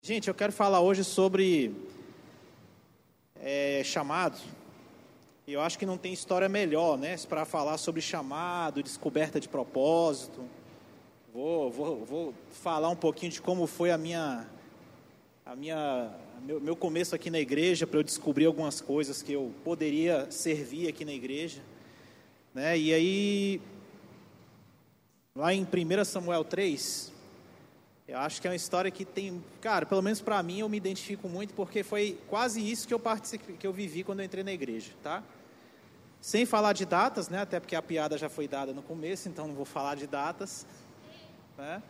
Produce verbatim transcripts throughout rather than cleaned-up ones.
Gente, eu quero falar hoje sobre é, chamado. E eu acho que não tem história melhor, né, para falar sobre chamado, descoberta de propósito. Vou, vou, vou falar um pouquinho de como foi a minha, a minha, meu, meu começo aqui na igreja, para eu descobrir algumas coisas que eu poderia servir aqui na igreja, né? E aí, lá em primeiro Samuel três, eu acho que é uma história que tem, cara, pelo menos para mim eu me identifico muito, porque foi quase isso que eu participei, que eu vivi quando eu entrei na igreja, tá? Sem falar de datas, né? Até porque a piada já foi dada no começo, então não vou falar de datas, né?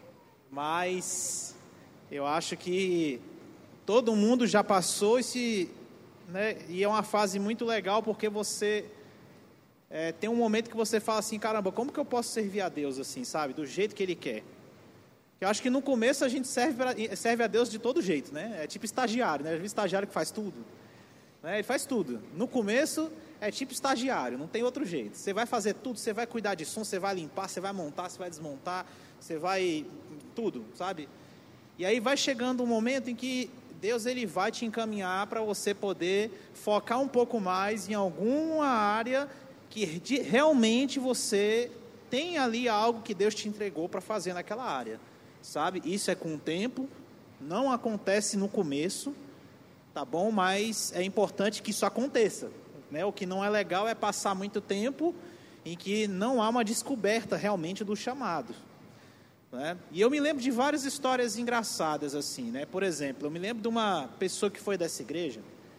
Mas eu acho que todo mundo já passou esse, né? E é uma fase muito legal, porque você é, tem um momento que você fala assim, caramba, como que eu posso servir a Deus assim, sabe? Do jeito que Ele quer. Eu acho que no começo a gente serve, pra, serve a Deus de todo jeito, né? É tipo estagiário, né? O estagiário que faz tudo, né? Ele faz tudo. No começo é tipo estagiário, não tem outro jeito. Você vai fazer tudo, você vai cuidar de som, você vai limpar, você vai montar, você vai desmontar, você vai tudo, sabe? E aí vai chegando um momento em que Deus ele vai te encaminhar para você poder focar um pouco mais em alguma área que de, realmente você tem ali algo que Deus te entregou para fazer naquela área. Sabe, isso é com o tempo, não acontece no começo, tá bom? Mas é importante que isso aconteça, né? O que não é legal é passar muito tempo em que não há uma descoberta realmente do chamado, né? E eu me lembro de várias histórias engraçadas assim, né? Por exemplo, eu me lembro de uma pessoa que foi dessa igreja.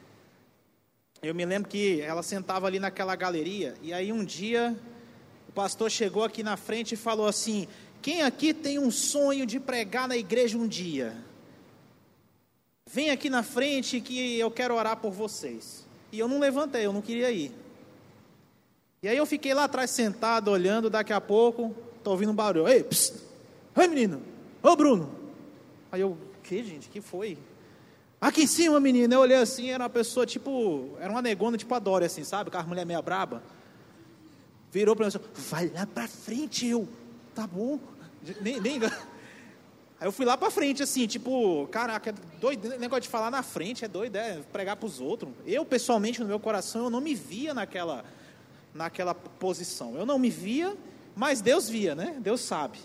Eu me lembro que ela sentava ali naquela galeria, e aí um dia o pastor chegou aqui na frente e falou assim: quem aqui tem um sonho de pregar na igreja um dia? Vem aqui na frente que eu quero orar por vocês. E eu não levantei, eu não queria ir. E aí eu fiquei lá atrás sentado, olhando, daqui a pouco, estou ouvindo um barulho. Ei, psst, oi menino, ô Bruno. Aí eu, o que gente, que foi? Aqui em cima, menino, eu olhei assim, era uma pessoa tipo, era uma negona tipo a Dória assim, sabe? Com a mulher meio braba. Virou para mim assim, vai lá para frente, eu, tá bom. Nem, nem... Aí eu fui lá pra frente, assim, tipo, caraca, é doido, negócio de falar na frente, é doido, é pregar pros outros. Eu, pessoalmente, no meu coração, eu não me via naquela, naquela posição. Eu não me via, mas Deus via, né? Deus sabe.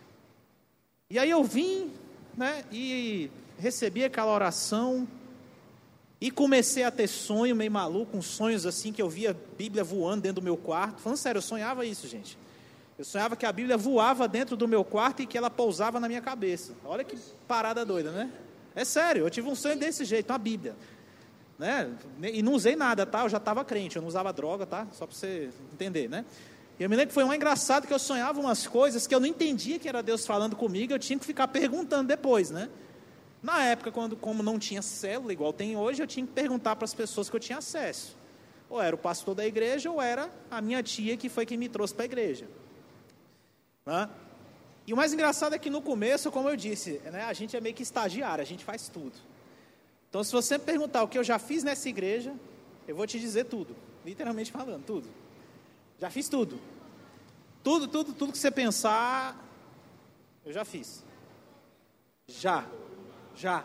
E aí eu vim, né, e recebi aquela oração, e comecei a ter sonho meio maluco, uns sonhos assim, que eu via Bíblia voando dentro do meu quarto. Falando sério, eu sonhava isso, gente. Eu sonhava que a Bíblia voava dentro do meu quarto e que ela pousava na minha cabeça. Olha que parada doida, né? É sério, eu tive um sonho desse jeito, uma Bíblia, né? E não usei nada, tá? Eu já estava crente, eu não usava droga, tá? Só para você entender, né? E eu me lembro que foi um engraçado que eu sonhava umas coisas que eu não entendia que era Deus falando comigo, eu tinha que ficar perguntando depois, né? Na época, quando, como não tinha célula igual tem hoje, eu tinha que perguntar para as pessoas que eu tinha acesso. Ou era o pastor da igreja, ou era a minha tia que foi quem me trouxe para a igreja. Né? E o mais engraçado é que no começo, como eu disse, né, a gente é meio que estagiário, a gente faz tudo. Então, se você me perguntar o que eu já fiz nessa igreja, eu vou te dizer tudo, literalmente falando, tudo. Já fiz tudo. Tudo, tudo, tudo que você pensar, eu já fiz. Já, já.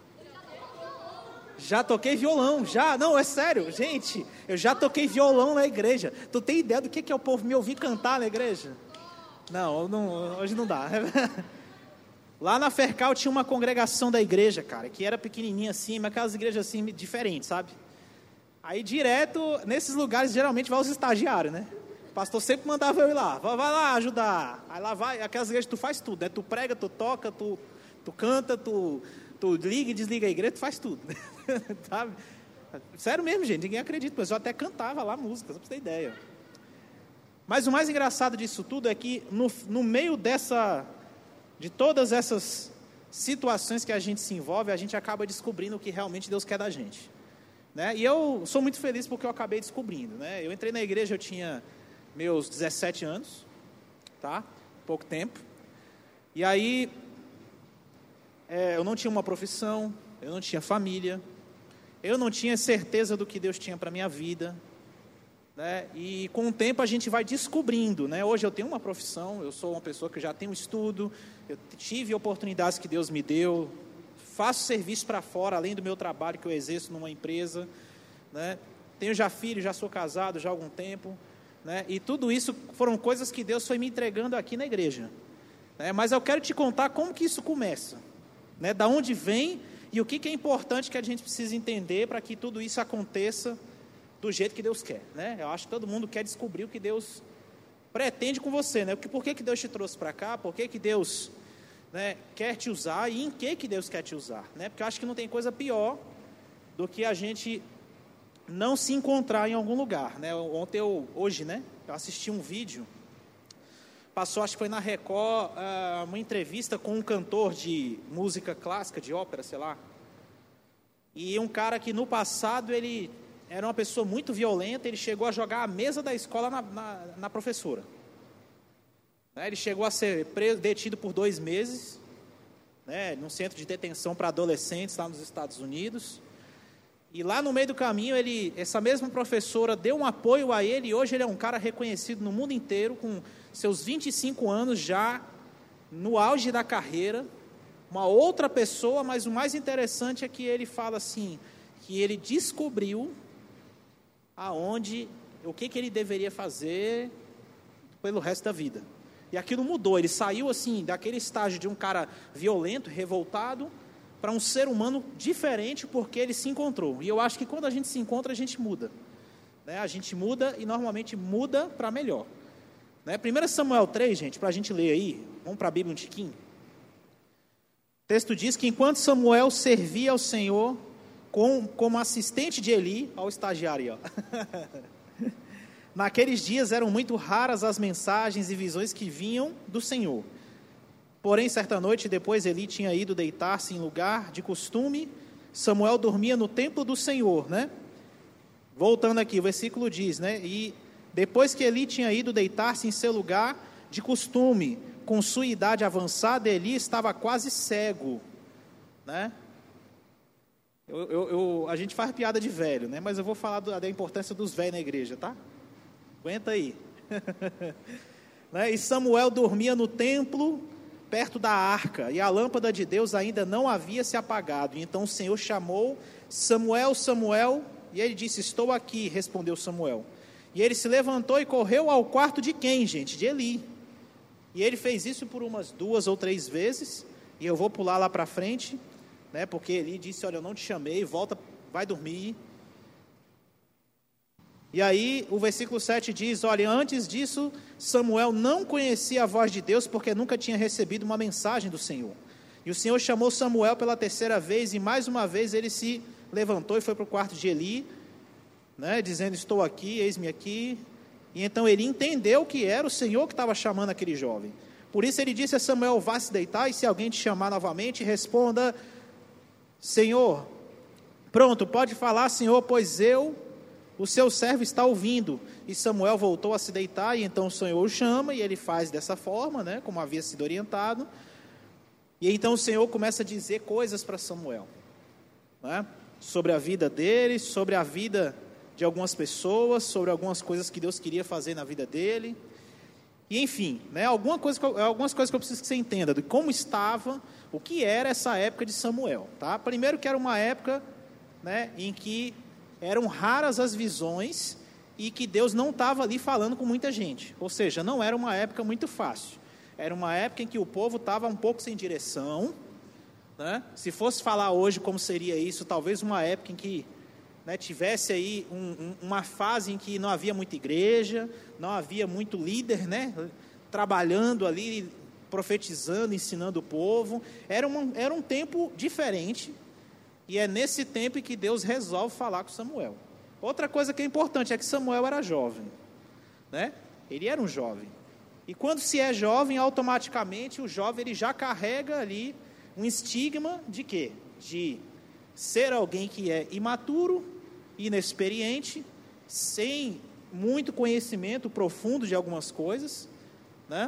Já toquei violão, já, não, é sério, gente, eu já toquei violão na igreja. Tu tem ideia do que, que é o povo me ouvir cantar na igreja? Não, não, hoje não dá. Lá na Fercal tinha uma congregação da igreja, cara, que era pequenininha assim, mas aquelas igrejas assim diferentes, sabe? Aí direto, nesses lugares geralmente vai os estagiários, né? O pastor sempre mandava eu ir lá, vai, vai lá ajudar. Aí lá vai, aquelas igrejas tu faz tudo, né? Tu prega, tu toca, tu, tu canta, tu, tu liga e desliga a igreja, tu faz tudo, sabe? Sério mesmo, gente, ninguém acredita, mas eu até cantava lá música, só pra você ter ideia. Mas o mais engraçado disso tudo é que no, no meio dessa, de todas essas situações que a gente se envolve, a gente acaba descobrindo o que realmente Deus quer da gente, né? E eu sou muito feliz porque eu acabei descobrindo, né? Eu entrei na igreja, eu tinha meus dezessete anos, tá? Pouco tempo. E aí, é, eu não tinha uma profissão, eu não tinha família, eu não tinha certeza do que Deus tinha para a minha vida, né? E com o tempo a gente vai descobrindo, né? Hoje eu tenho uma profissão, eu sou uma pessoa que já tem um estudo, eu tive oportunidades que Deus me deu, faço serviço para fora, além do meu trabalho que eu exerço numa empresa, né? Tenho já filho, já sou casado já há algum tempo, né? E tudo isso foram coisas que Deus foi me entregando aqui na igreja, né? Mas eu quero te contar como que isso começa, né? Da onde vem e o que, que é importante que a gente precisa entender para que tudo isso aconteça do jeito que Deus quer, né? Eu acho que todo mundo quer descobrir o que Deus pretende com você, né? Por que, que Deus te trouxe para cá, por que, que Deus, né, quer te usar e em que, que Deus quer te usar, né? Porque eu acho que não tem coisa pior do que a gente não se encontrar em algum lugar, né? Ontem eu, hoje, né, eu assisti um vídeo, passou, acho que foi na Record, uh, uma entrevista com um cantor de música clássica, de ópera, sei lá, e um cara que no passado ele era uma pessoa muito violenta, ele chegou a jogar a mesa da escola na, na, na professora, né? Ele chegou a ser preso, detido por dois meses, né, num centro de detenção para adolescentes lá nos Estados Unidos. E lá no meio do caminho, ele, essa mesma professora deu um apoio a ele, e hoje ele é um cara reconhecido no mundo inteiro, com seus vinte e cinco anos já no auge da carreira, uma outra pessoa, mas o mais interessante é que ele fala assim, que ele descobriu aonde, o que, que ele deveria fazer pelo resto da vida. E aquilo mudou, ele saiu assim, daquele estágio de um cara violento, revoltado, para um ser humano diferente, porque ele se encontrou. E eu acho que quando a gente se encontra, a gente muda, né? A gente muda e normalmente muda para melhor, né? primeiro Samuel três, gente, para a gente ler aí, vamos para a Bíblia um tiquinho. O texto diz que enquanto Samuel servia ao Senhor com, como assistente de Eli, ao estagiário, ó. Naqueles dias eram muito raras as mensagens e visões que vinham do Senhor. Porém, certa noite, depois Eli tinha ido deitar-se em lugar de costume, Samuel dormia no templo do Senhor, né? Voltando aqui, o versículo diz, né? E depois que Eli tinha ido deitar-se em seu lugar de costume, com sua idade avançada, Eli estava quase cego, né? Eu, eu, eu, a gente faz piada de velho, né? Mas eu vou falar do, da importância dos velhos na igreja, tá? Aguenta aí. Né? E Samuel dormia no templo, perto da arca, e a lâmpada de Deus ainda não havia se apagado. E então o Senhor chamou Samuel, Samuel, e ele disse, estou aqui, respondeu Samuel. E ele se levantou e correu ao quarto de quem, gente? De Eli. E ele fez isso por umas duas ou três vezes, e eu vou pular lá para frente, né, porque Eli disse, olha, eu não te chamei, volta, vai dormir. E aí o versículo sete diz, olha, antes disso, Samuel não conhecia a voz de Deus, porque nunca tinha recebido uma mensagem do Senhor. E o Senhor chamou Samuel pela terceira vez, e mais uma vez ele se levantou e foi para o quarto de Eli, né, dizendo, estou aqui, eis-me aqui. E então ele entendeu que era o Senhor que estava chamando aquele jovem. Por isso ele disse a Samuel, vá se deitar, e se alguém te chamar novamente, responda, Senhor, pronto, pode falar, Senhor, pois eu, o seu servo, está ouvindo. E Samuel voltou a se deitar, e então o Senhor o chama, e ele faz dessa forma, né, como havia sido orientado. E então o Senhor começa a dizer coisas para Samuel, né, sobre a vida dele, sobre a vida de algumas pessoas, sobre algumas coisas que Deus queria fazer na vida dele. E enfim, né, alguma coisa que eu, algumas coisas que eu preciso que você entenda, de como estava, o que era essa época de Samuel. Tá? Primeiro que era uma época, né, em que eram raras as visões e que Deus não estava ali falando com muita gente. Ou seja, não era uma época muito fácil. Era uma época em que o povo estava um pouco sem direção, né? Se fosse falar hoje como seria isso, talvez uma época em que, né, tivesse aí um, um, uma fase em que não havia muita igreja, não havia muito líder, né, trabalhando ali, profetizando, ensinando o povo. Era, uma, era um tempo diferente. E é nesse tempo que Deus resolve falar com Samuel. Outra coisa que é importante é que Samuel era jovem, né? Ele era um jovem. E quando se é jovem, automaticamente o jovem ele já carrega ali um estigma de quê? De ser alguém que é imaturo, inexperiente, sem muito conhecimento profundo de algumas coisas, né?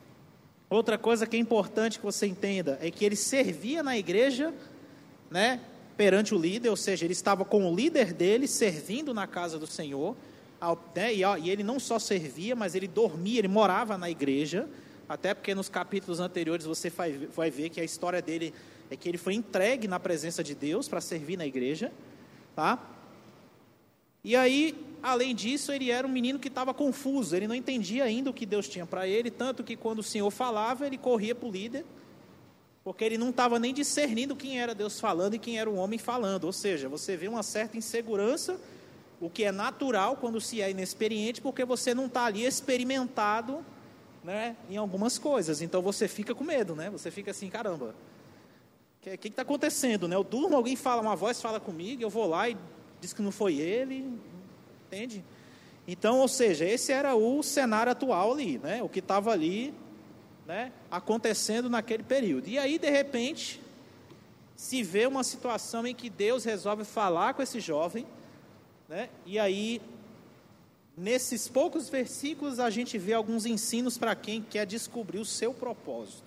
Outra coisa que é importante que você entenda é que ele servia na igreja, né, perante o líder, ou seja, ele estava com o líder dele, servindo na casa do Senhor, né, e, e ele não só servia, mas ele dormia, ele morava na igreja, até porque nos capítulos anteriores você vai, vai ver que a história dele é que ele foi entregue na presença de Deus para servir na igreja, tá? E aí, além disso, ele era um menino que estava confuso, ele não entendia ainda o que Deus tinha para ele, tanto que quando o Senhor falava, ele corria para o líder, porque ele não estava nem discernindo quem era Deus falando e quem era o homem falando. Ou seja, você vê uma certa insegurança, o que é natural quando se é inexperiente, porque você não está ali experimentado, né, em algumas coisas. Então você fica com medo, né? Você fica assim, caramba, o que está acontecendo, né? Eu durmo, alguém fala, uma voz fala comigo, eu vou lá e diz que não foi ele, entende? Então, ou seja, esse era o cenário atual ali, né? O que estava ali, né, acontecendo naquele período. E aí, de repente, se vê uma situação em que Deus resolve falar com esse jovem, né? E aí, nesses poucos versículos, a gente vê alguns ensinos para quem quer descobrir o seu propósito,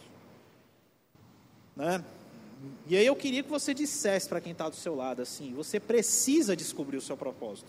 né? E aí eu queria que você dissesse para quem está do seu lado assim: você precisa descobrir o seu propósito.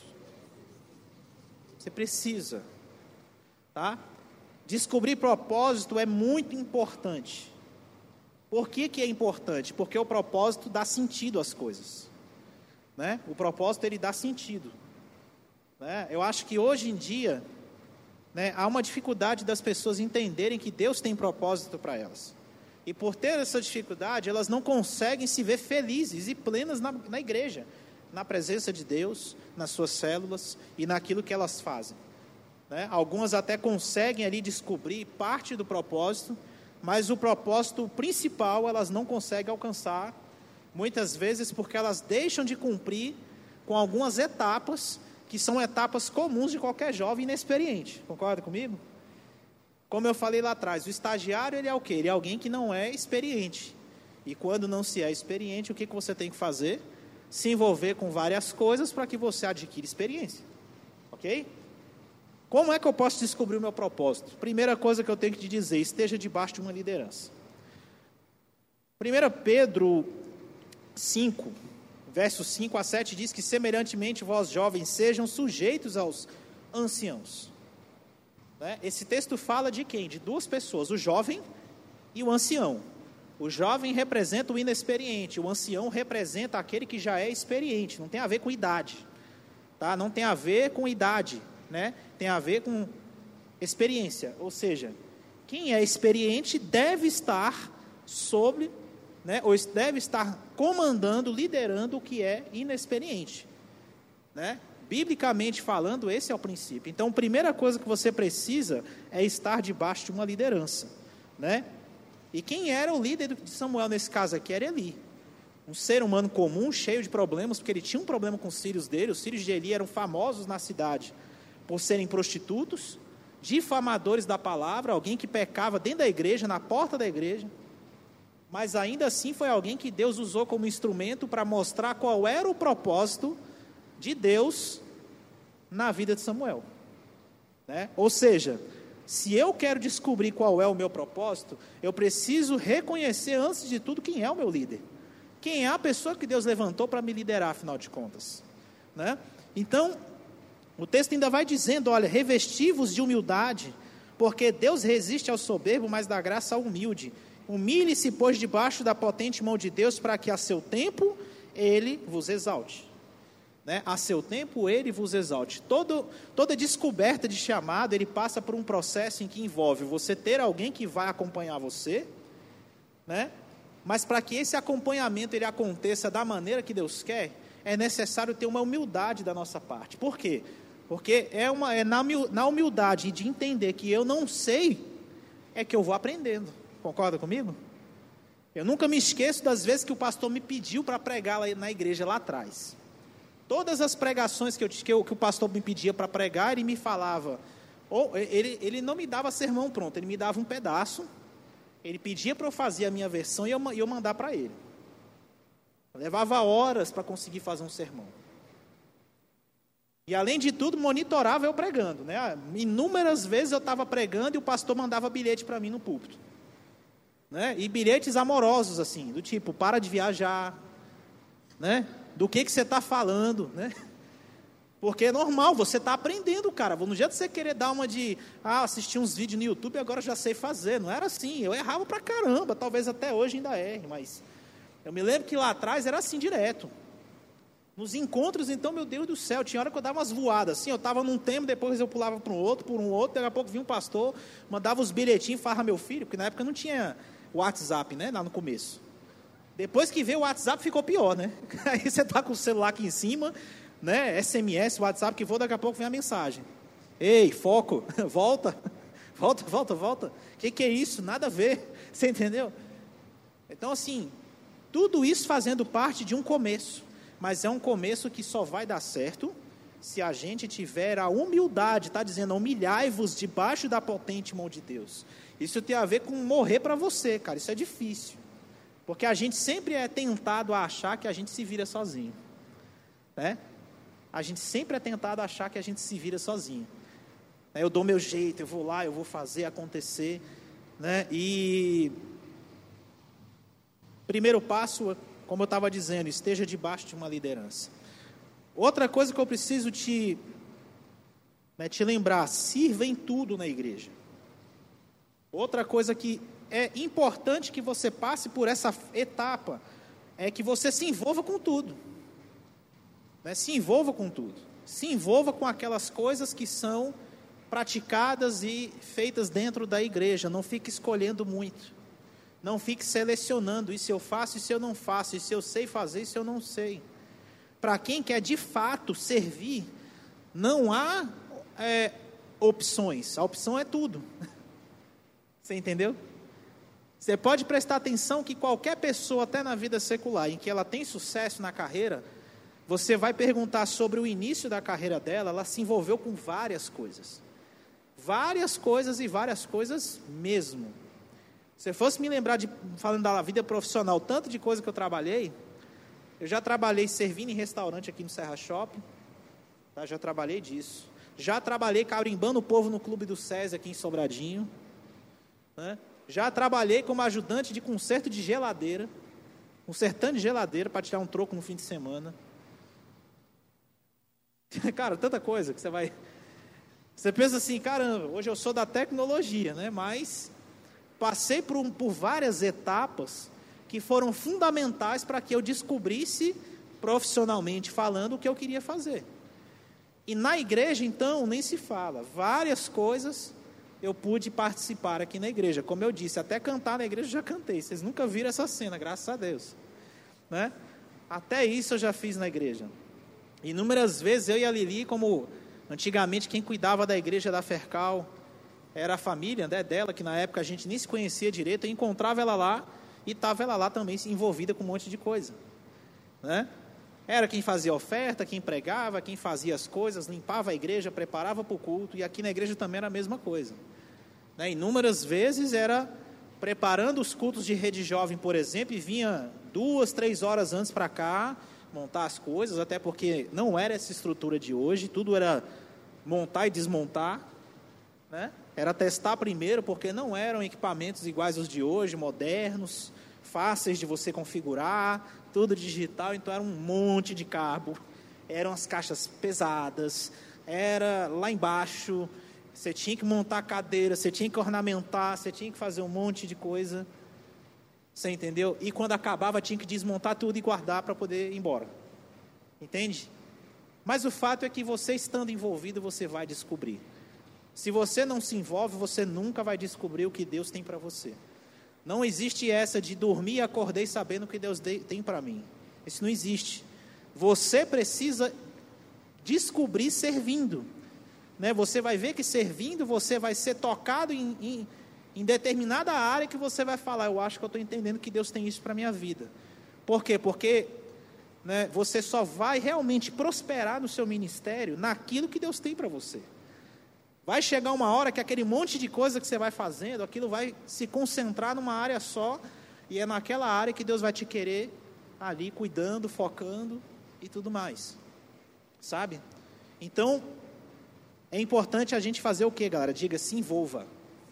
Você precisa, tá? Descobrir propósito é muito importante. Por que que é importante? Porque o propósito dá sentido às coisas, né? O propósito, ele dá sentido, né? Eu acho que hoje em dia, né, há uma dificuldade das pessoas entenderem que Deus tem propósito para elas. E por ter essa dificuldade, elas não conseguem se ver felizes e plenas na, na igreja, na presença de Deus, nas suas células e naquilo que elas fazem, né? Algumas até conseguem ali descobrir parte do propósito, mas o propósito principal elas não conseguem alcançar, muitas vezes porque elas deixam de cumprir com algumas etapas, que são etapas comuns de qualquer jovem inexperiente. Concorda comigo? Como eu falei lá atrás, o estagiário, ele é o quê? Ele é alguém que não é experiente. E quando não se é experiente, o que, que você tem que fazer? Se envolver com várias coisas para que você adquira experiência. Ok? Como é que eu posso descobrir o meu propósito? Primeira coisa que eu tenho que te dizer: esteja debaixo de uma liderança. primeira Pedro cinco, versos cinco a sete, diz que semelhantemente vós jovens sejam sujeitos aos anciãos. Esse texto fala de quem? De duas pessoas, o jovem e o ancião. O jovem representa o inexperiente, o ancião representa aquele que já é experiente. Não tem a ver com idade, tá? Não tem a ver com idade, né? Tem a ver com experiência. Ou seja, quem é experiente deve estar sobre, né, ou deve estar comandando, liderando o que é inexperiente, né? Biblicamente falando, esse é o princípio. Então, a primeira coisa que você precisa é estar debaixo de uma liderança, né? E quem era o líder de Samuel nesse caso aqui? Era Eli, um ser humano comum, cheio de problemas, porque ele tinha um problema com os filhos dele. Os filhos de Eli eram famosos na cidade por serem prostitutos, difamadores da palavra, alguém que pecava dentro da igreja, na porta da igreja, mas ainda assim foi alguém que Deus usou como instrumento para mostrar qual era o propósito de Deus na vida de Samuel, né? Ou seja, se eu quero descobrir qual é o meu propósito, eu preciso reconhecer antes de tudo quem é o meu líder, quem é a pessoa que Deus levantou para me liderar, afinal de contas, né? Então, o texto ainda vai dizendo, olha, revesti-vos de humildade, porque Deus resiste ao soberbo, mas dá graça ao humilde. Humilhe-se, pois, debaixo da potente mão de Deus, para que a seu tempo Ele vos exalte. Né? A seu tempo Ele vos exalte. Todo, toda descoberta de chamado, ele passa por um processo em que envolve você ter alguém que vai acompanhar você, né? Mas para que esse acompanhamento ele aconteça da maneira que Deus quer, é necessário ter uma humildade da nossa parte. Por quê? Porque é, uma, é na, na humildade de entender que eu não sei, é que eu vou aprendendo. Concorda comigo? Eu nunca me esqueço das vezes que o pastor me pediu para pregar lá na igreja lá atrás. Todas as pregações que, eu, que, eu, que o pastor me pedia para pregar, ele me falava, ou ele, ele não me dava sermão pronto, ele me dava um pedaço, ele pedia para eu fazer a minha versão e eu, eu mandar para ele. Eu levava horas para conseguir fazer um sermão. E além de tudo, monitorava eu pregando, né? Inúmeras vezes eu estava pregando e o pastor mandava bilhete para mim no púlpito, né? E bilhetes amorosos assim, do tipo, para de viajar, né? Do que, que você está falando, né? Porque é normal, você está aprendendo, cara. No jeito de você querer dar uma de, ah, assistir uns vídeos no YouTube, agora já sei fazer. Não era assim, eu errava pra caramba, talvez até hoje ainda erre, mas Eu me lembro que lá atrás era assim direto. Nos encontros, então, meu Deus do céu, tinha hora que eu dava umas voadas, assim, eu estava num tempo, depois eu pulava para um outro, por um outro, daqui a pouco vinha um pastor, mandava os bilhetinhos, farra meu filho, porque na época não tinha WhatsApp, né, lá no começo. Depois que veio o WhatsApp, ficou pior, né? Aí você está com o celular aqui em cima, né, S M S, WhatsApp, que for, daqui a pouco vem a mensagem. Ei, foco, volta, volta, volta, volta. O que, que é isso? Nada a ver, você entendeu? Então, assim, tudo isso fazendo parte de um começo. Mas é um começo que só vai dar certo se a gente tiver a humildade, está dizendo, humilhai-vos debaixo da potente mão de Deus. Isso tem a ver com morrer para você, cara, isso é difícil. Porque a gente sempre é tentado a achar que a gente se vira sozinho. Né? A gente sempre é tentado a achar que a gente se vira sozinho. Eu dou meu jeito, eu vou lá, eu vou fazer acontecer. Né? E primeiro passo, como eu estava dizendo, esteja debaixo de uma liderança. Outra coisa que eu preciso te, né, te lembrar, sirva em tudo na igreja. Outra coisa que é importante que você passe por essa etapa, é que você se envolva com tudo. Né? Se envolva com tudo. Se envolva com aquelas coisas que são praticadas e feitas dentro da igreja. Não fique escolhendo muito. Não fique selecionando, isso eu faço, isso eu não faço, isso eu sei fazer, isso eu não sei. Para quem quer de fato servir, não há é, opções, a opção é tudo. Você entendeu? Você pode prestar atenção que qualquer pessoa, até na vida secular, em que ela tem sucesso na carreira, você vai perguntar sobre o início da carreira dela, ela se envolveu com várias coisas. Várias coisas e várias coisas mesmo. Se eu fosse me lembrar, de, falando da vida profissional, tanto de coisa que eu trabalhei, eu já trabalhei servindo em restaurante aqui no Serra Shopping, tá? Já trabalhei disso. Já trabalhei carimbando o povo no Clube do SESI aqui em Sobradinho. Né? Já trabalhei como ajudante de conserto de geladeira, consertando de geladeira para tirar um troco no fim de semana. Cara, tanta coisa que você vai... Você pensa assim, caramba, hoje eu sou da tecnologia, né? Mas... passei por, um, por várias etapas que foram fundamentais para que eu descobrisse, profissionalmente falando, o que eu queria fazer. E na igreja, então, nem se fala. Várias coisas eu pude participar aqui na igreja. Como eu disse, até cantar na igreja eu já cantei. Vocês nunca viram essa cena, graças a Deus. Né? Até isso eu já fiz na igreja. Inúmeras vezes eu e a Lili, como antigamente quem cuidava da igreja da Fercal, era a família, né, dela, que na época a gente nem se conhecia direito, eu encontrava ela lá, e estava ela lá também envolvida com um monte de coisa. Né? Era quem fazia oferta, quem pregava, quem fazia as coisas, limpava a igreja, preparava para o culto, e aqui na igreja também era a mesma coisa. Né? Inúmeras vezes era preparando os cultos de rede jovem, por exemplo, e vinha duas, três horas antes para cá, montar as coisas, até porque não era essa estrutura de hoje, tudo era montar e desmontar, né? Era testar primeiro, porque não eram equipamentos iguais aos de hoje, modernos, fáceis de você configurar, tudo digital, então era um monte de cabo, eram as caixas pesadas, era lá embaixo, você tinha que montar a cadeira, você tinha que ornamentar, você tinha que fazer um monte de coisa, você entendeu? E quando acabava tinha que desmontar tudo e guardar para poder ir embora, entende? Mas o fato é que você estando envolvido, você vai descobrir. Se você não se envolve, você nunca vai descobrir o que Deus tem para você. Não existe essa de dormir e acordei sabendo o que Deus tem para mim. Isso não existe. Você precisa descobrir servindo. Né? Você vai ver que servindo, você vai ser tocado em, em, em determinada área que você vai falar, eu acho que eu estou entendendo que Deus tem isso para a minha vida. Por quê? Porque né, você só vai realmente prosperar no seu ministério naquilo que Deus tem para você. Vai chegar uma hora que aquele monte de coisa que você vai fazendo, aquilo vai se concentrar numa área só, e é naquela área que Deus vai te querer ali cuidando, focando e tudo mais. Sabe? Então, é importante a gente fazer o quê, galera? Diga, se envolva.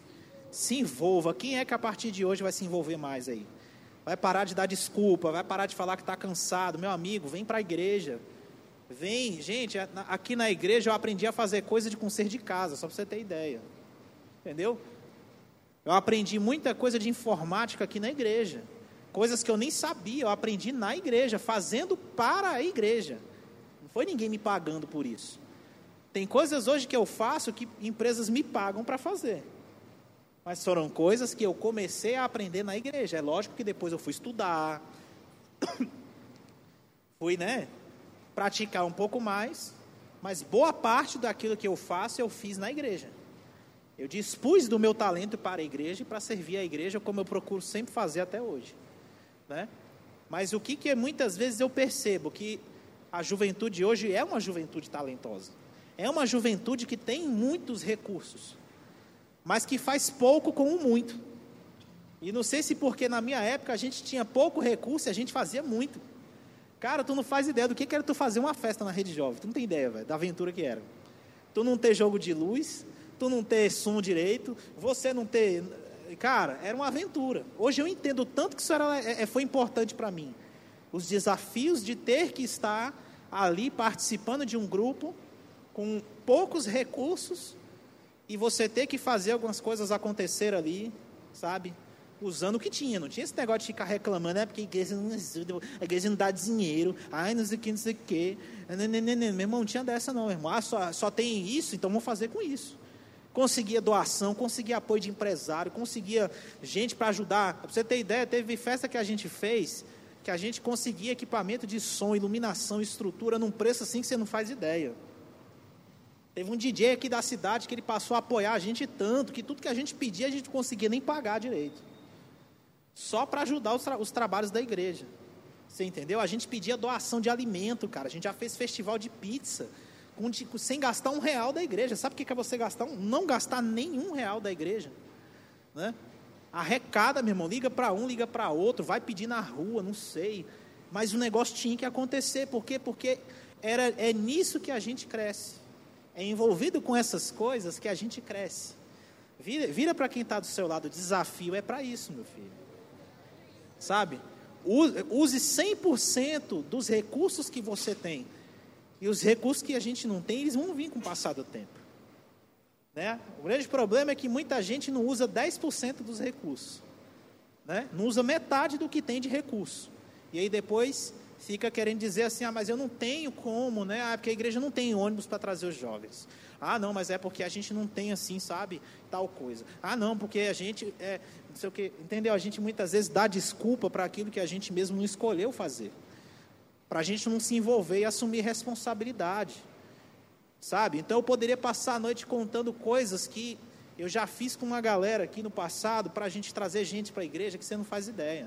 Se envolva. Quem é que a partir de hoje vai se envolver mais aí? Vai parar de dar desculpa, vai parar de falar que está cansado. Meu amigo, vem para a igreja. Vem, gente, aqui na igreja eu aprendi a fazer coisa de conserto de casa, só para você ter ideia. Entendeu? Eu aprendi muita coisa de informática aqui na igreja. Coisas que eu nem sabia, eu aprendi na igreja, fazendo para a igreja. Não foi ninguém me pagando por isso. Tem coisas hoje que eu faço que empresas me pagam para fazer. Mas foram coisas que eu comecei a aprender na igreja. É lógico que depois eu fui estudar, fui, né, praticar um pouco mais, mas boa parte daquilo que eu faço, eu fiz na igreja. Eu dispus do meu talento para a igreja e para servir a igreja, como eu procuro sempre fazer até hoje, né? Mas o que, que muitas vezes eu percebo? Que a juventude hoje é uma juventude talentosa. É uma juventude que tem muitos recursos, mas que faz pouco com o muito. E não sei se porque na minha época a gente tinha pouco recurso e a gente fazia muito. Cara, tu não faz ideia do que que era tu fazer uma festa na Rede Jovem. Tu não tem ideia, velho, da aventura que era. Tu não ter jogo de luz, tu não ter som direito, você não ter... Cara, era uma aventura. Hoje eu entendo tanto que isso era, é, foi importante para mim. Os desafios de ter que estar ali participando de um grupo com poucos recursos e você ter que fazer algumas coisas acontecer ali, sabe? Usando o que tinha, não tinha esse negócio de ficar reclamando, é porque a igreja não ajuda, a igreja não dá dinheiro, ai, não sei o que, não sei o que. Meu irmão, não tinha dessa não, meu irmão. Ah, só, só tem isso, então vamos fazer com isso. Conseguia doação, conseguia apoio de empresário, conseguia gente para ajudar. Para você ter ideia, teve festa que a gente fez, que a gente conseguia equipamento de som, iluminação, estrutura, num preço assim que você não faz ideia. Teve um D J aqui da cidade que ele passou a apoiar a gente tanto, que tudo que a gente pedia a gente não conseguia nem pagar direito. Só para ajudar os, tra os trabalhos da igreja. Você entendeu? A gente pedia doação de alimento, cara. A gente já fez festival de pizza, com, de, sem gastar um real da igreja. Sabe o que é você gastar? Um, não gastar nenhum real da igreja, né? Arrecada, meu irmão, liga para um, liga para outro, vai pedir na rua, não sei. Mas o negócio tinha que acontecer. Por quê? Porque era, é nisso que a gente cresce. É envolvido com essas coisas que a gente cresce. Vira, vira para quem está do seu lado, o desafio é para isso, meu filho. Sabe? Use cem por cento dos recursos que você tem. E os recursos que a gente não tem, eles vão vir com o passar do tempo. Né? O grande problema é que muita gente não usa dez por cento dos recursos. Né? Não usa metade do que tem de recurso. E aí depois fica querendo dizer assim, ah, mas eu não tenho como, né? Ah, porque a igreja não tem ônibus para trazer os jovens. Ah, não, mas é porque a gente não tem assim, sabe, tal coisa. Ah, não, porque a gente, é, não sei o que, entendeu? A gente muitas vezes dá desculpa para aquilo que a gente mesmo não escolheu fazer. Para a gente não se envolver e assumir responsabilidade. Sabe? Então eu poderia passar a noite contando coisas que eu já fiz com uma galera aqui no passado, para a gente trazer gente para a igreja, que você não faz ideia.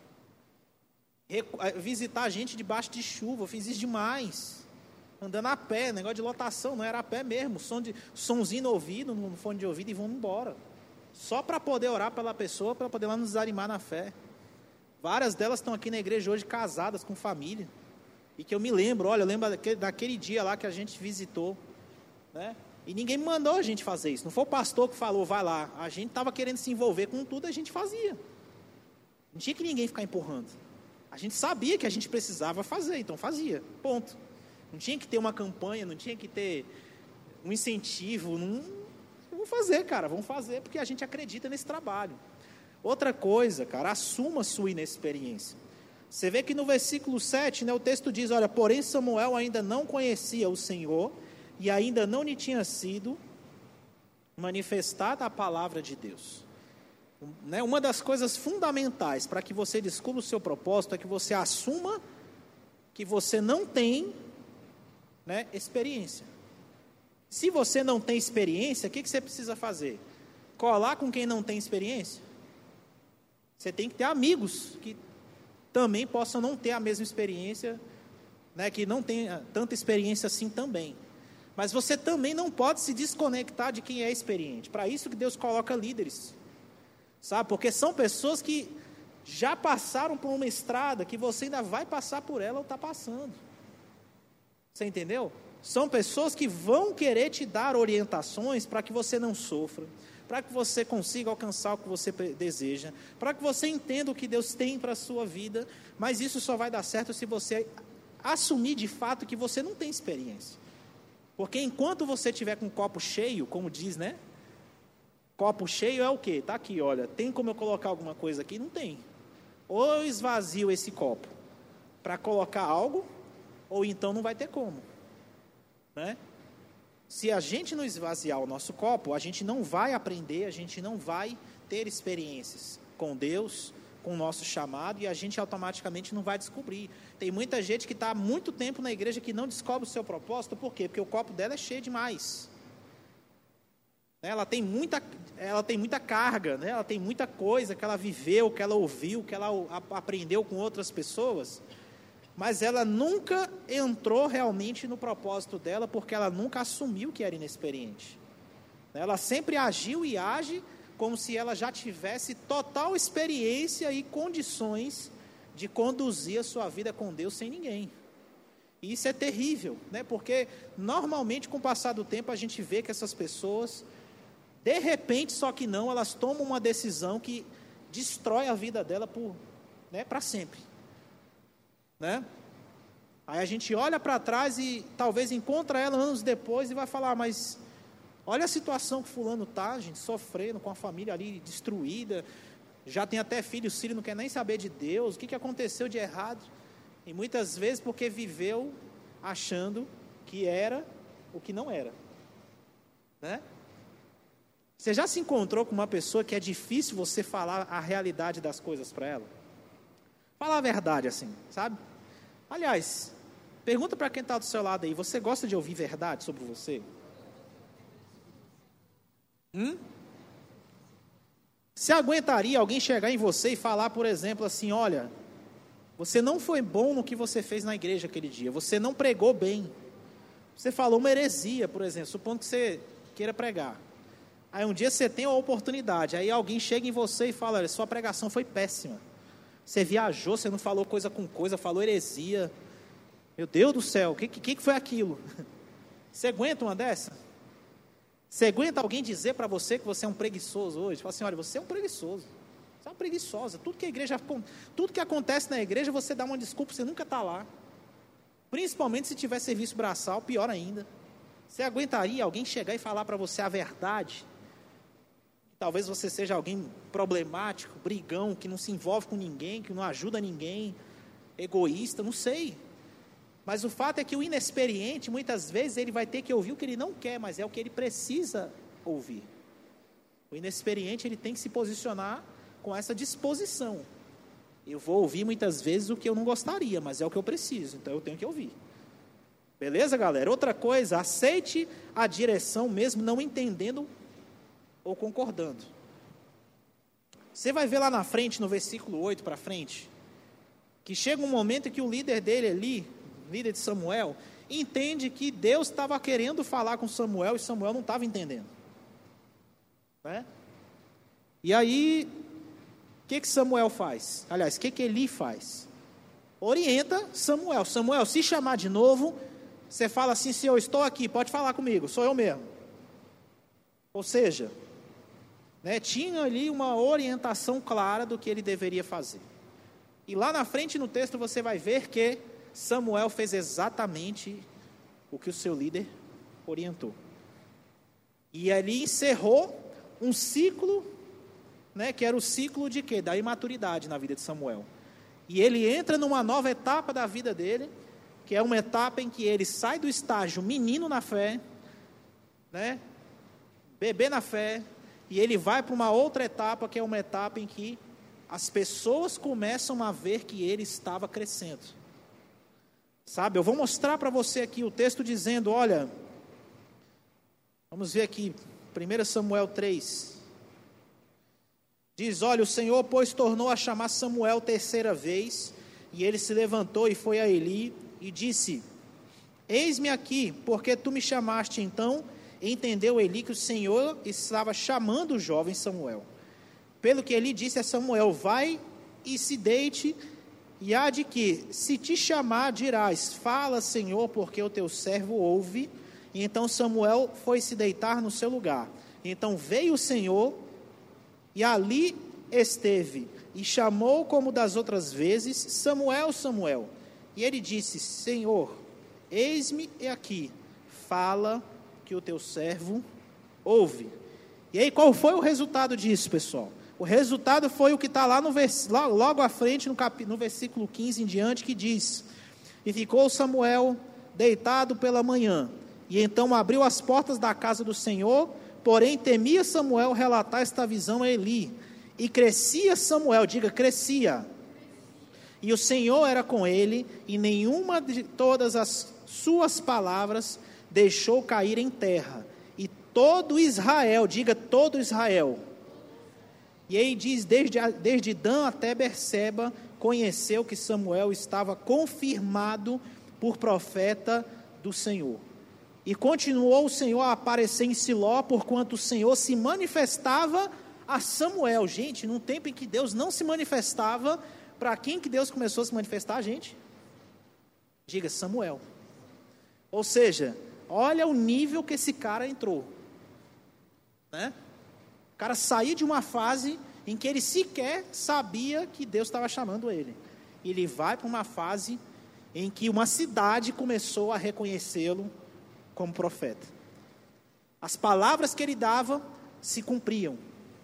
Visitar gente debaixo de chuva, eu fiz isso demais, andando a pé, negócio de lotação, não era a pé mesmo, som de, somzinho no ouvido, no fone de ouvido e vamos embora, só para poder orar pela pessoa, para poder lá nos desanimar na fé. Várias delas estão aqui na igreja hoje casadas com família, e que eu me lembro, olha, eu lembro daquele, daquele dia lá que a gente visitou, né? E ninguém mandou a gente fazer isso, não foi o pastor que falou, vai lá, a gente estava querendo se envolver com tudo, a gente fazia, não tinha que ninguém ficar empurrando. A gente sabia que a gente precisava fazer, então fazia, ponto. Não tinha que ter uma campanha, não tinha que ter um incentivo. Não... Vamos fazer, cara, vamos fazer, porque a gente acredita nesse trabalho. Outra coisa, cara, assuma a sua inexperiência. Você vê que no versículo sete, né, o texto diz, olha, porém Samuel ainda não conhecia o Senhor, e ainda não lhe tinha sido manifestada a palavra de Deus. Uma das coisas fundamentais para que você descubra o seu propósito é que você assuma que você não tem, né, experiência. Se você não tem experiência, o que, que você precisa fazer? Colar com quem não tem experiência? Você tem que ter amigos que também possam não ter a mesma experiência, né, que não tenha tanta experiência assim também. Mas você também não pode se desconectar de quem é experiente. Para isso que Deus coloca líderes. Sabe, porque são pessoas que já passaram por uma estrada que você ainda vai passar por ela ou está passando. Você entendeu? São pessoas que vão querer te dar orientações para que você não sofra, para que você consiga alcançar o que você deseja, para que você entenda o que Deus tem para a sua vida, mas isso só vai dar certo se você assumir de fato que você não tem experiência. Porque enquanto você estiver com o copo cheio, como diz, né? Copo cheio é o quê? Está aqui, olha, tem como eu colocar alguma coisa aqui? Não tem. Ou eu esvazio esse copo para colocar algo, ou então não vai ter como, né? Se a gente não esvaziar o nosso copo, a gente não vai aprender, a gente não vai ter experiências com Deus, com o nosso chamado, e a gente automaticamente não vai descobrir. Tem muita gente que está há muito tempo na igreja que não descobre o seu propósito. Por quê? Porque o copo dela é cheio demais. Ela tem muita, ela tem muita carga, né? Ela tem muita coisa que ela viveu, que ela ouviu, que ela aprendeu com outras pessoas, mas ela nunca entrou realmente no propósito dela, porque ela nunca assumiu que era inexperiente. Ela sempre agiu e age como se ela já tivesse total experiência e condições de conduzir a sua vida com Deus sem ninguém. E isso é terrível, né? Porque normalmente, com o passar do tempo, a gente vê que essas pessoas, de repente, só que não, elas tomam uma decisão que destrói a vida dela por, né, para sempre, né? Aí a gente olha para trás e talvez encontra ela anos depois e vai falar, mas olha a situação que fulano está, gente, sofrendo, com a família ali destruída, já tem até filho, o filho não quer nem saber de Deus, o que, que aconteceu de errado? E muitas vezes porque viveu achando que era o que não era, né? Você já se encontrou com uma pessoa que é difícil você falar a realidade das coisas para ela? Falar a verdade assim, sabe? Aliás, pergunta para quem está do seu lado aí, você gosta de ouvir verdade sobre você? Hum? Você aguentaria alguém chegar em você e falar, por exemplo, assim, olha, você não foi bom no que você fez na igreja aquele dia, você não pregou bem, você falou uma heresia, por exemplo, supondo que você queira pregar. Aí um dia você tem a oportunidade, aí alguém chega em você e fala, olha, sua pregação foi péssima, você viajou, você não falou coisa com coisa, falou heresia, meu Deus do céu, o que, que, que foi aquilo? Você aguenta uma dessa? Você aguenta alguém dizer para você que você é um preguiçoso hoje? Fala assim, olha, você é um preguiçoso, você é uma preguiçosa, tudo que a igreja, tudo que acontece na igreja, você dá uma desculpa, você nunca está lá, principalmente se tiver serviço braçal, pior ainda. Você aguentaria alguém chegar e falar para você a verdade? Talvez você seja alguém problemático, brigão, que não se envolve com ninguém, que não ajuda ninguém, egoísta, não sei. Mas o fato é que o inexperiente, muitas vezes, ele vai ter que ouvir o que ele não quer, mas é o que ele precisa ouvir. O inexperiente, ele tem que se posicionar com essa disposição. Eu vou ouvir muitas vezes o que eu não gostaria, mas é o que eu preciso, então eu tenho que ouvir. Beleza, galera? Outra coisa, aceite a direção mesmo não entendendo ou concordando. Você vai ver lá na frente, no versículo oito para frente, que chega um momento que o líder dele ali, líder de Samuel, entende que Deus estava querendo falar com Samuel e Samuel não estava entendendo, né? E aí, o que que Samuel faz? Aliás, o que que Eli faz? Orienta Samuel. Samuel, se chamar de novo, você fala assim, Senhor, eu estou aqui, pode falar comigo, sou eu mesmo. Ou seja, né, tinha ali uma orientação clara do que ele deveria fazer. E lá na frente no texto você vai ver que Samuel fez exatamente o que o seu líder orientou. E ali encerrou um ciclo, né, que era o ciclo de quê? Da imaturidade na vida de Samuel. E ele entra numa nova etapa da vida dele, que é uma etapa em que ele sai do estágio menino na fé, né, bebê na fé, e ele vai para uma outra etapa, que é uma etapa em que as pessoas começam a ver que ele estava crescendo. Sabe, eu vou mostrar para você aqui o texto dizendo, olha, vamos ver aqui, primeiro Samuel três, diz, olha, o Senhor, pois, tornou a chamar Samuel terceira vez, e ele se levantou e foi a Eli, e disse, eis-me aqui, porque tu me chamaste. Então entendeu Eli que o Senhor estava chamando o jovem Samuel. Pelo que Eli disse a Samuel, vai e se deite, e há de que, se te chamar, dirás, fala, Senhor, porque o teu servo ouve. E então Samuel foi se deitar no seu lugar. Então veio o Senhor, e ali esteve, e chamou como das outras vezes, Samuel, Samuel. E ele disse, Senhor, eis-me aqui, fala que o teu servo ouve. E aí qual foi o resultado disso, pessoal? O resultado foi o que está lá no vers... logo à frente, no, cap... no versículo quinze em diante, que diz: e ficou Samuel deitado pela manhã, e então abriu as portas da casa do Senhor, porém temia Samuel relatar esta visão a Eli, e crescia Samuel, diga crescia, e o Senhor era com ele, e nenhuma de todas as suas palavras deixou cair em terra, e todo Israel, diga todo Israel, e aí diz, desde, desde Dan até Berseba, conheceu que Samuel estava confirmado por profeta do Senhor. E continuou o Senhor a aparecer em Siló, porquanto o Senhor se manifestava a Samuel. Gente, num tempo em que Deus não se manifestava, para quem que Deus começou a se manifestar, gente? Diga, Samuel. Ou seja, olha o nível que esse cara entrou, né? O cara saiu de uma fase em que ele sequer sabia que Deus estava chamando ele. Ele vai para uma fase em que uma cidade começou a reconhecê-lo como profeta. As palavras que ele dava se cumpriam.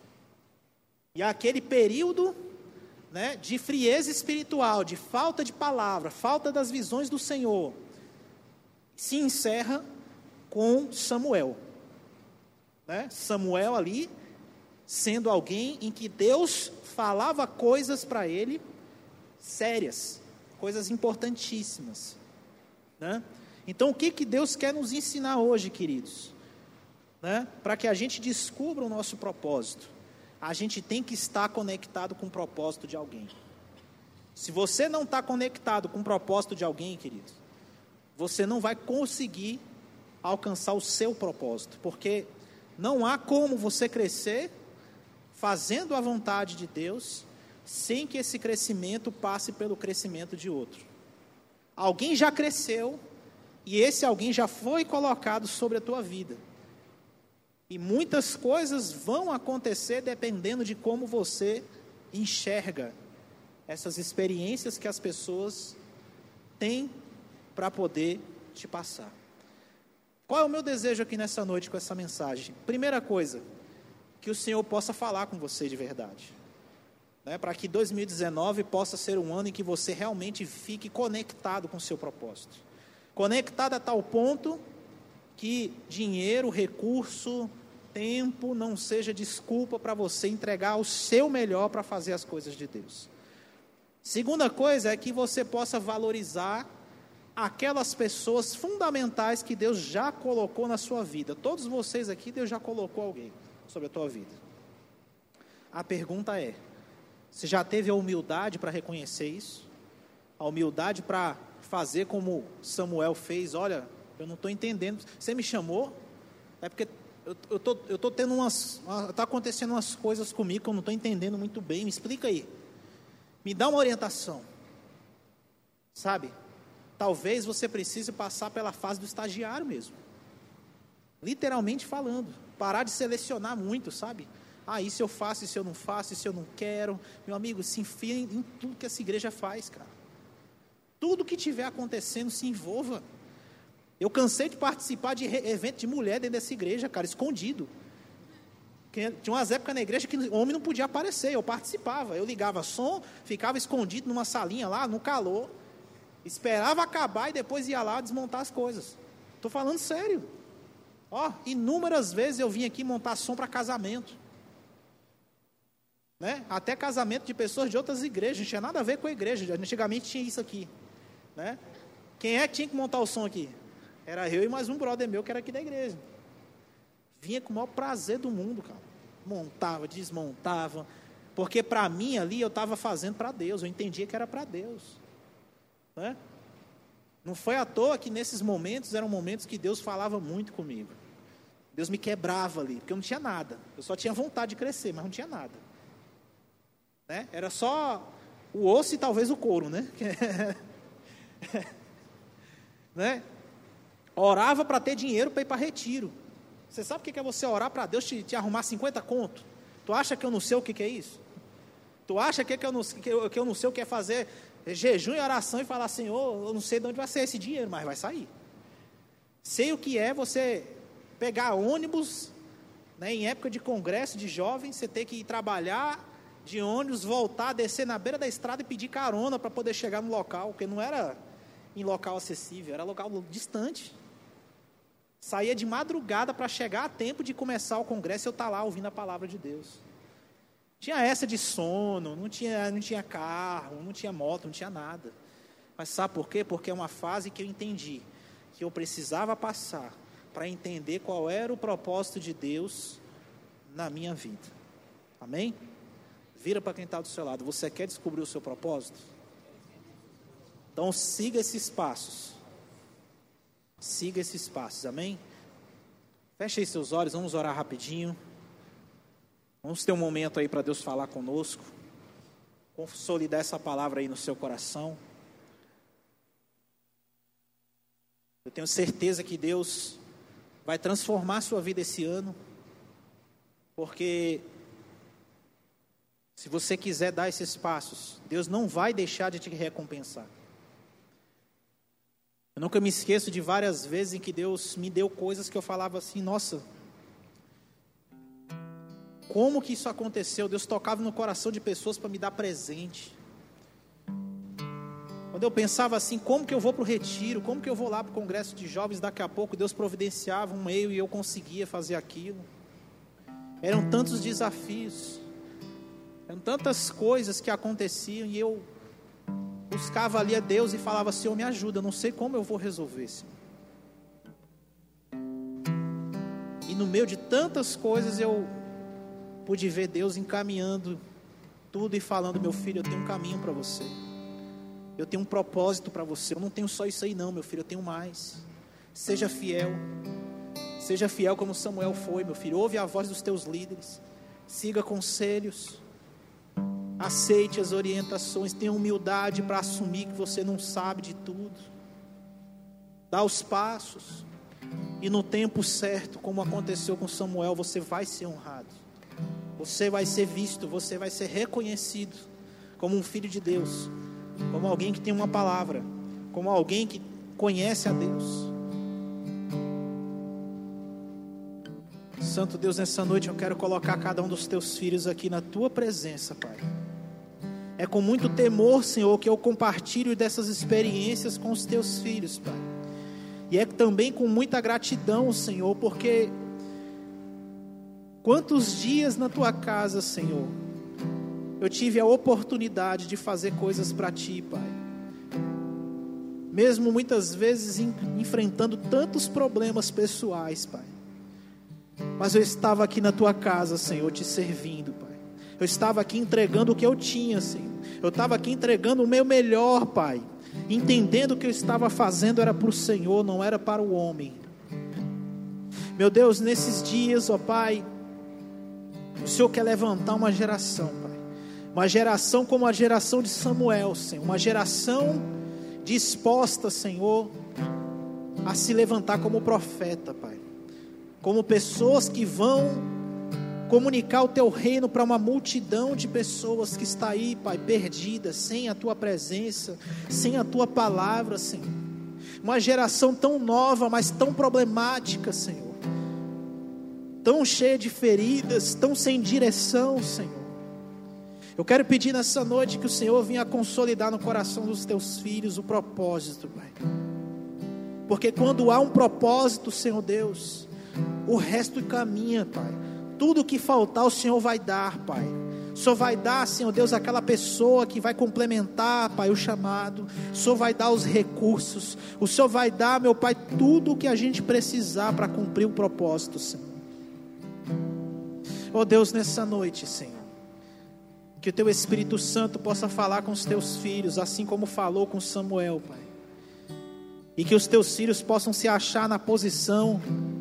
E aquele período, né, de frieza espiritual, de falta de palavra, falta das visões do Senhor, se encerra com Samuel. Né? Samuel ali, sendo alguém em que Deus falava coisas para ele sérias, coisas importantíssimas, né? Então, o que, que Deus quer nos ensinar hoje, queridos? Né? Para que a gente descubra o nosso propósito, a gente tem que estar conectado com o propósito de alguém. Se você não está conectado com o propósito de alguém, queridos, você não vai conseguir alcançar o seu propósito, porque não há como você crescer fazendo a vontade de Deus, sem que esse crescimento passe pelo crescimento de outro. Alguém já cresceu, e esse alguém já foi colocado sobre a tua vida. E muitas coisas vão acontecer dependendo de como você enxerga essas experiências que as pessoas têm para poder te passar. Qual é o meu desejo aqui nessa noite com essa mensagem? Primeira coisa, que o Senhor possa falar com você de verdade, né? Para que dois mil e dezenove possa ser um ano em que você realmente fique conectado com o seu propósito, conectado a tal ponto que dinheiro, recurso, tempo não seja desculpa para você entregar o seu melhor para fazer as coisas de Deus. Segunda coisa é que você possa valorizar aquelas pessoas fundamentais que Deus já colocou na sua vida. Todos vocês aqui, Deus já colocou alguém sobre a tua vida. A pergunta é, você já teve a humildade para reconhecer isso? A humildade para fazer como Samuel fez? Olha, eu não estou entendendo, você me chamou? É porque eu estou eu tô tendo umas, está acontecendo umas coisas comigo que eu não estou entendendo muito bem, me explica aí, me dá uma orientação, sabe? Talvez você precise passar pela fase do estagiário mesmo, literalmente falando, parar de selecionar muito, sabe? Ah, isso eu faço, isso eu não faço, isso eu não quero. Meu amigo, se enfia em, em tudo que essa igreja faz, cara. Tudo que tiver acontecendo, se envolva. Eu cansei de participar de evento de mulher dentro dessa igreja, cara, escondido. Tinha umas épocas na igreja que o homem não podia aparecer, eu participava. Eu ligava som, ficava escondido numa salinha lá, no calor, esperava acabar e depois ia lá desmontar as coisas. Estou falando sério. Ó, inúmeras vezes eu vim aqui montar som para casamento. Né? Até casamento de pessoas de outras igrejas, não tinha nada a ver com a igreja, antigamente tinha isso aqui. Né? Quem é que tinha que montar o som aqui? Era eu e mais um brother meu que era aqui da igreja. Vinha com o maior prazer do mundo, cara. Montava, desmontava, porque para mim ali eu estava fazendo para Deus, eu entendia que era para Deus. Né? Não foi à toa que nesses momentos eram momentos que Deus falava muito comigo. Deus me quebrava ali, porque eu não tinha nada. Eu só tinha vontade de crescer, mas não tinha nada. Né? Era só o osso e talvez o couro, né? Né? Orava para ter dinheiro para ir para retiro. Você sabe o que é você orar para Deus te, te arrumar cinquenta conto? Tu acha que eu não sei o que é isso? Tu acha que, que, eu não, que, eu, que eu não sei o que é fazer jejum e oração e falar, Senhor, eu não sei de onde vai sair esse dinheiro, mas vai sair. Sei o que é você pegar ônibus, né, em época de congresso de jovens, você ter que ir trabalhar de ônibus, voltar, descer na beira da estrada e pedir carona para poder chegar no local, porque não era em local acessível, era local distante. Saía de madrugada para chegar a tempo de começar o congresso e eu estar lá ouvindo a palavra de Deus. Tinha essa de sono, não tinha, não tinha carro, não tinha moto, não tinha nada. Mas sabe por quê? Porque é uma fase que eu entendi que eu precisava passar para entender qual era o propósito de Deus na minha vida. Amém? Vira para quem está do seu lado. Você quer descobrir o seu propósito? Então siga esses passos. Siga esses passos, amém? Feche aí seus olhos, vamos orar rapidinho. Vamos ter um momento aí para Deus falar conosco. Consolidar essa palavra aí no seu coração. Eu tenho certeza que Deus vai transformar a sua vida esse ano. Porque se você quiser dar esses passos, Deus não vai deixar de te recompensar. Eu nunca me esqueço de várias vezes em que Deus me deu coisas que eu falava assim, nossa, como que isso aconteceu? Deus tocava no coração de pessoas para me dar presente. Quando eu pensava assim, como que eu vou para o retiro? Como que eu vou lá para o congresso de jovens? Daqui a pouco Deus providenciava um meio e eu conseguia fazer aquilo. Eram tantos desafios, eram tantas coisas que aconteciam e eu buscava ali a Deus e falava, Senhor, me ajuda, eu não sei como eu vou resolver, Senhor. E no meio de tantas coisas eu pude ver Deus encaminhando tudo e falando, meu filho, eu tenho um caminho para você. Eu tenho um propósito para você. Eu não tenho só isso aí não, meu filho, eu tenho mais. Seja fiel. Seja fiel como Samuel foi, meu filho. Ouve a voz dos teus líderes. Siga conselhos. Aceite as orientações, tenha humildade para assumir que você não sabe de tudo. Dá os passos. E no tempo certo, como aconteceu com Samuel, você vai ser honrado. Você vai ser visto, você vai ser reconhecido como um filho de Deus, como alguém que tem uma palavra, como alguém que conhece a Deus. Santo Deus, nessa noite eu quero colocar cada um dos teus filhos aqui na tua presença, Pai. É com muito temor, Senhor, que eu compartilho dessas experiências com os teus filhos, Pai. E é também com muita gratidão, Senhor, porque quantos dias na tua casa, Senhor, eu tive a oportunidade de fazer coisas para ti, Pai. Mesmo muitas vezes em, enfrentando tantos problemas pessoais, Pai. Mas eu estava aqui na tua casa, Senhor, te servindo, Pai. Eu estava aqui entregando o que eu tinha, Senhor. Eu estava aqui entregando o meu melhor, Pai. Entendendo que eu estava fazendo era para o Senhor, não era para o homem. Meu Deus, nesses dias, ó Pai, o Senhor quer levantar uma geração, Pai. Uma geração como a geração de Samuel, Senhor. Uma geração disposta, Senhor, a se levantar como profeta, Pai. Como pessoas que vão comunicar o teu reino para uma multidão de pessoas que está aí, Pai, perdidas, sem a tua presença, sem a tua palavra, Senhor. Uma geração tão nova, mas tão problemática, Senhor. Tão cheia de feridas, tão sem direção, Senhor. Eu quero pedir nessa noite que o Senhor venha consolidar no coração dos teus filhos o propósito, Pai. Porque quando há um propósito, Senhor Deus, o resto caminha, Pai. Tudo que faltar o Senhor vai dar, Pai. O Senhor vai dar, Senhor Deus, aquela pessoa que vai complementar, Pai, o chamado. O Senhor vai dar os recursos. O Senhor vai dar, meu Pai, tudo o que a gente precisar para cumprir o propósito, Senhor. Oh Deus, nessa noite, Senhor, que o Teu Espírito Santo possa falar com os Teus filhos, assim como falou com Samuel, Pai. E que os Teus filhos possam se achar na posição,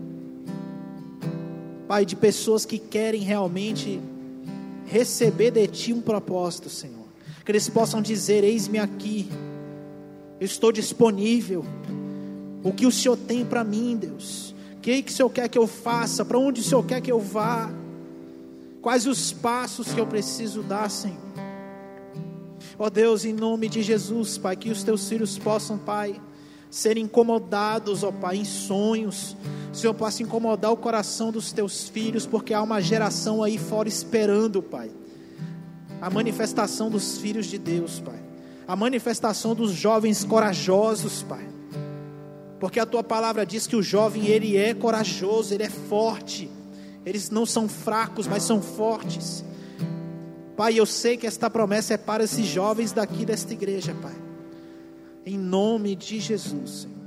Pai, de pessoas que querem realmente receber de Ti um propósito, Senhor. Que eles possam dizer, eis-me aqui, eu estou disponível. O que o Senhor tem para mim, Deus? O que, que o Senhor quer que eu faça? Para onde o Senhor quer que eu vá? Quais os passos que eu preciso dar, Senhor? Ó Deus, em nome de Jesus, Pai, que os Teus filhos possam, Pai, ser incomodados, ó Pai, em sonhos. O Senhor possa incomodar o coração dos Teus filhos, porque há uma geração aí fora esperando, Pai. a manifestação dos filhos de Deus, Pai. A manifestação dos jovens corajosos, Pai. Porque a Tua palavra diz que o jovem, ele é corajoso, ele é forte. Eles não são fracos, mas são fortes. Pai, eu sei que esta promessa é para esses jovens daqui desta igreja, Pai. Em nome de Jesus, Senhor.